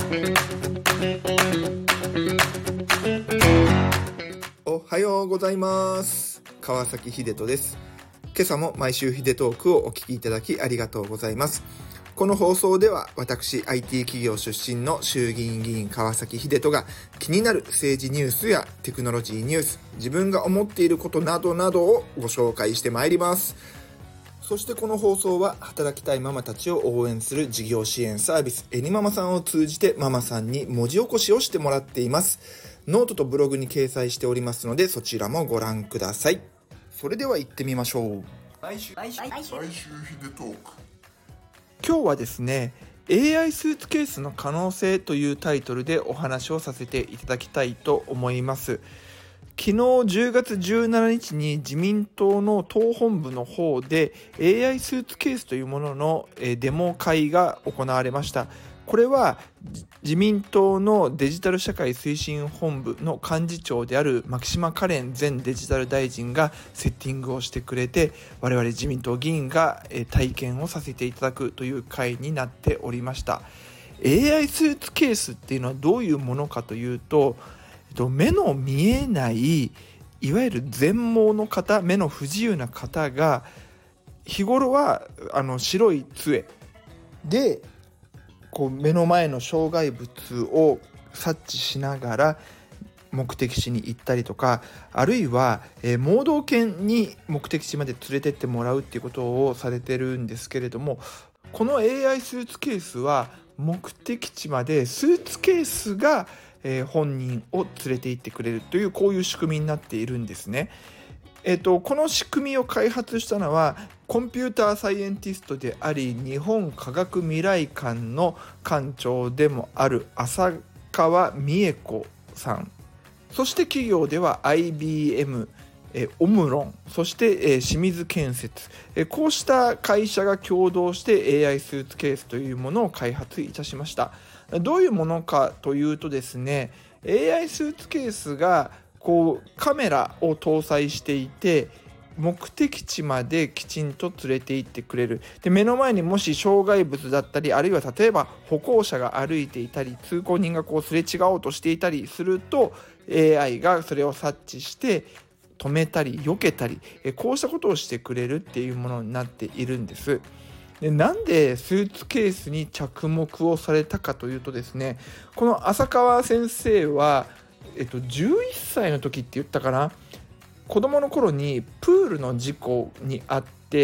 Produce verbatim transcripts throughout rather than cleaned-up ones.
おはようございます。川崎秀人です。今朝も毎週秀トークをお聞きいただきありがとうございます。この放送では私 アイティー 企業出身の衆議院議員川崎秀人が気になる政治ニュースやテクノロジーニュース、自分が思っていることなどなどをご紹介してまいります。そしてこの放送は働きたいママたちを応援する事業支援サービスエニママさんを通じてママさんに文字起こしをしてもらっています。ノートとブログに掲載しておりますのでそちらもご覧ください。それでは行ってみましょう。 毎週毎週毎週秀トーク。 今日はですね エーアイ スーツケースの可能性というタイトルでお話をさせていただきたいと思います。昨日じゅうがつじゅうしちにちに自民党の党本部の方で エーアイ スーツケースというもののデモ会が行われました。これは自民党のデジタル社会推進本部の幹事長である牧島かれん前デジタル大臣がセッティングをしてくれて、我々自民党議員が体験をさせていただくという会になっておりました。 エーアイ スーツケースっていうのはどういうものかというと、目の見えないいわゆる全盲の方、目の不自由な方が日頃はあの白い杖でこう目の前の障害物を察知しながら目的地に行ったりとか、あるいは、えー、盲導犬に目的地まで連れてってもらうっていうことをされてるんですけれども、この エーアイ スーツケースは目的地までスーツケースがえー、本人を連れて行ってくれるというこういう仕組みになっているんですね。えーと、この仕組みを開発したのはコンピューターサイエンティストであり日本科学未来館の館長でもある浅川美恵子さん、そして企業では アイビーエム、えー、オムロン、そして、えー、清水建設、えー、こうした会社が共同して エーアイ スーツケースというものを開発いたしました。どういうものかというとですね、 エーアイ スーツケースがこうカメラを搭載していて目的地まできちんと連れて行ってくれる。で、目の前にもし障害物だったり、あるいは例えば歩行者が歩いていたり通行人がこうすれ違おうとしていたりすると エーアイ がそれを察知して止めたり避けたり、こうしたことをしてくれるっていうものになっているんです。で、なんでスーツケースに着目をされたかというとですね、この浅川先生は、えっと、じゅういっさいの時って言ったかな、子供の頃にプールの事故にあって、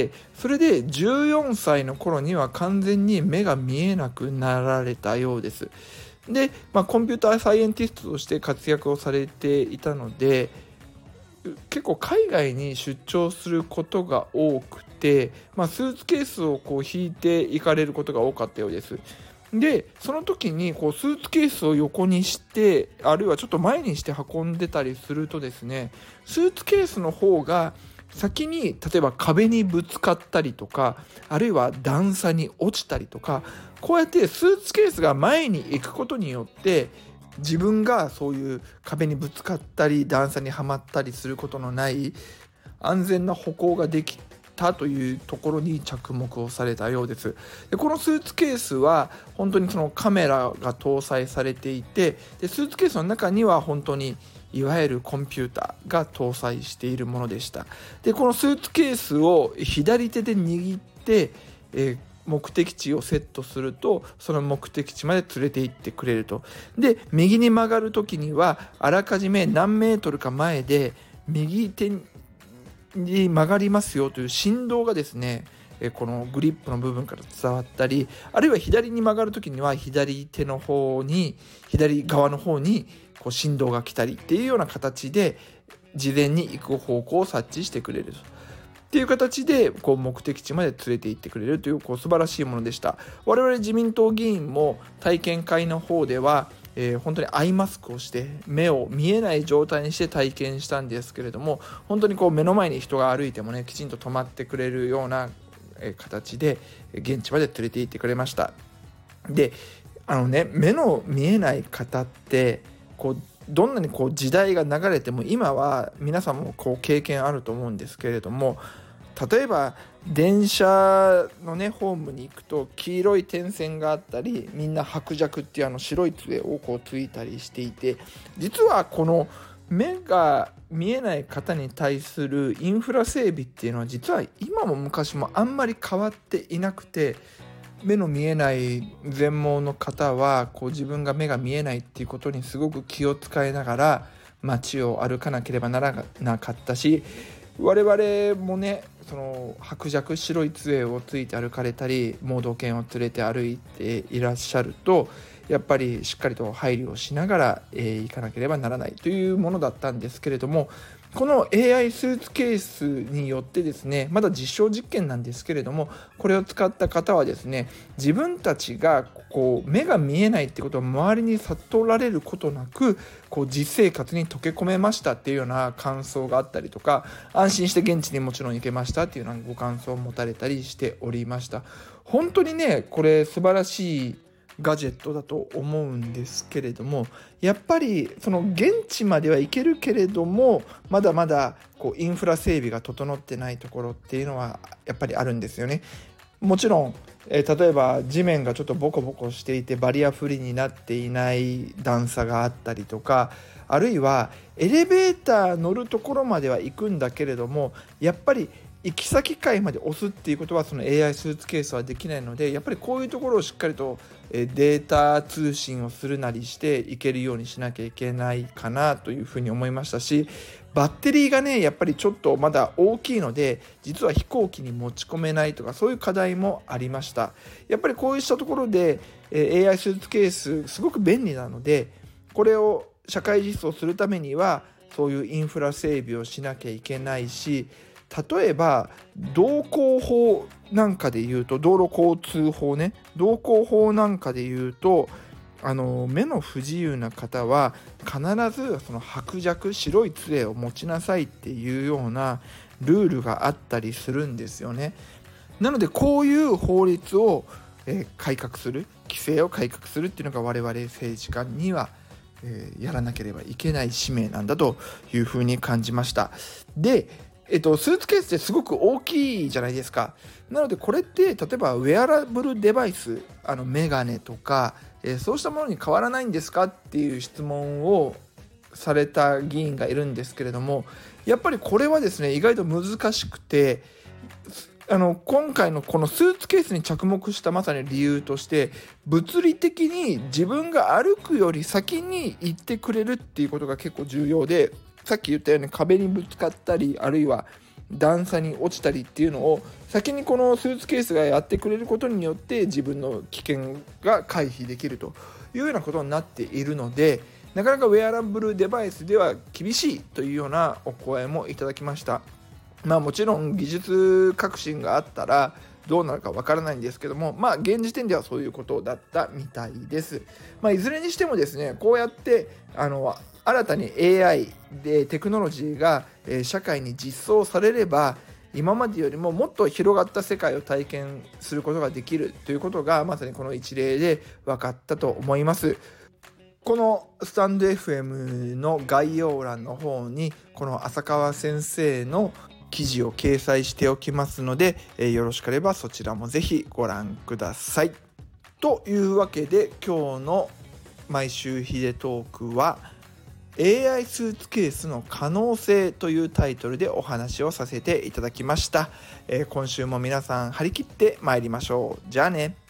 それでじゅうよんさいの頃には完全に目が見えなくなられたようです。で、まあ、コンピューターサイエンティストとして活躍をされていたので、結構海外に出張することが多くて、まあ、スーツケースをこう引いていかれることが多かったようです。で、その時にこうスーツケースを横にして、あるいはちょっと前にして運んでたりするとですね、スーツケースの方が先に例えば壁にぶつかったりとか、あるいは段差に落ちたりとか、こうやってスーツケースが前に行くことによって自分がそういう壁にぶつかったり段差にはまったりすることのない安全な歩行ができたというところに着目をされたようです。で、このスーツケースは本当にそのカメラが搭載されていて、でスーツケースの中には本当にいわゆるコンピューターが搭載しているものでした。で、このスーツケースを左手で握って、えー目的地をセットするとその目的地まで連れて行ってくれると。で、右に曲がるときにはあらかじめ何メートルか前で右手に曲がりますよという振動がですね、このグリップの部分から伝わったり、あるいは左に曲がるときには左手の方に左側の方にこう振動が来たりっていうような形で事前に行く方向を察知してくれるとっていう形でこう目的地まで連れて行ってくれるという、こう素晴らしいものでした。我々自民党議員も体験会の方では、えー、本当にアイマスクをして目を見えない状態にして体験したんですけれども、本当にこう目の前に人が歩いてもねきちんと止まってくれるような形で現地まで連れて行ってくれました。で、あのね、目の見えない方ってこうどんなにこう時代が流れても今は皆さんもこう経験あると思うんですけれども、 例えば電車のねホームに行くと黄色い点線があったり、みんな白弱っていうあの白い杖をこうついたりしていて、実はこの目が見えない方に対するインフラ整備っていうのは実は今も昔もあんまり変わっていなくて、目の見えない全盲の方はこう自分が目が見えないっていうことにすごく気を使いながら街を歩かなければならなかったし、我々もねその白弱白い杖をついて歩かれたり盲導犬を連れて歩いていらっしゃると、やっぱりしっかりと配慮をしながら、えー、行かなければならないというものだったんですけれども、この エーアイ スーツケースによってですね、まだ実証実験なんですけれども、これを使った方はですね、自分たちがこう目が見えないってことを周りに悟られることなくこう実生活に溶け込めましたっていうような感想があったりとか、安心して現地にもちろん行けましたっていうようなご感想を持たれたりしておりました。本当にねこれ素晴らしいガジェットだと思うんですけれども、やっぱりその現地までは行けるけれどもまだまだこうインフラ整備が整ってないところっていうのはやっぱりあるんですよね。もちろん、えー、例えば地面がちょっとボコボコしていてバリアフリーになっていない段差があったりとか、あるいはエレベーター乗るところまでは行くんだけれどもやっぱり行き先階まで押すっていうことはその エーアイ スーツケースはできないので、やっぱりこういうところをしっかりとデータ通信をするなりしていけるようにしなきゃいけないかなというふうに思いましたし、バッテリーがねやっぱりちょっとまだ大きいので実は飛行機に持ち込めないとかそういう課題もありました。やっぱりこうしたところで エーアイ スーツケースすごく便利なので、これを社会実装するためにはそういうインフラ整備をしなきゃいけないし、例えば道交法なんかで言うと道路交通法ね道交法なんかで言うとあの目の不自由な方は必ずその白弱白い杖を持ちなさいっていうようなルールがあったりするんですよね。なのでこういう法律を、えー、改革する規制を改革するっていうのが我々政治家には、えー、やらなければいけない使命なんだというふうに感じました。でえっと、スーツケースってすごく大きいじゃないですか。なのでこれって例えばウェアラブルデバイス、あのメガネとか、えー、そうしたものに変わらないんですかっていう質問をされた議員がいるんですけれども、やっぱりこれはですね意外と難しくて、あの今回のこのスーツケースに着目したまさに理由として、物理的に自分が歩くより先に行ってくれるっていうことが結構重要で、さっき言ったように壁にぶつかったりあるいは段差に落ちたりっていうのを先にこのスーツケースがやってくれることによって自分の危険が回避できるというようなことになっているので、なかなかウェアラブルデバイスでは厳しいというようなお声もいただきました。まあもちろん技術革新があったらどうなるかわからないんですけども、まあ現時点ではそういうことだったみたいです。まあいずれにしてもですね、こうやってあの新たに エーアイ でテクノロジーが社会に実装されれば今までよりももっと広がった世界を体験することができるということがまさにこの一例で分かったと思います。このスタンド エフエム の概要欄の方にこの浅川先生の記事を掲載しておきますので、えー、よろしければそちらもぜひご覧ください。というわけで今日の毎週ヒデトークはエーアイ スーツケースの可能性というタイトルでお話をさせていただきました。えー、今週も皆さん張り切ってまいりましょう。じゃあね。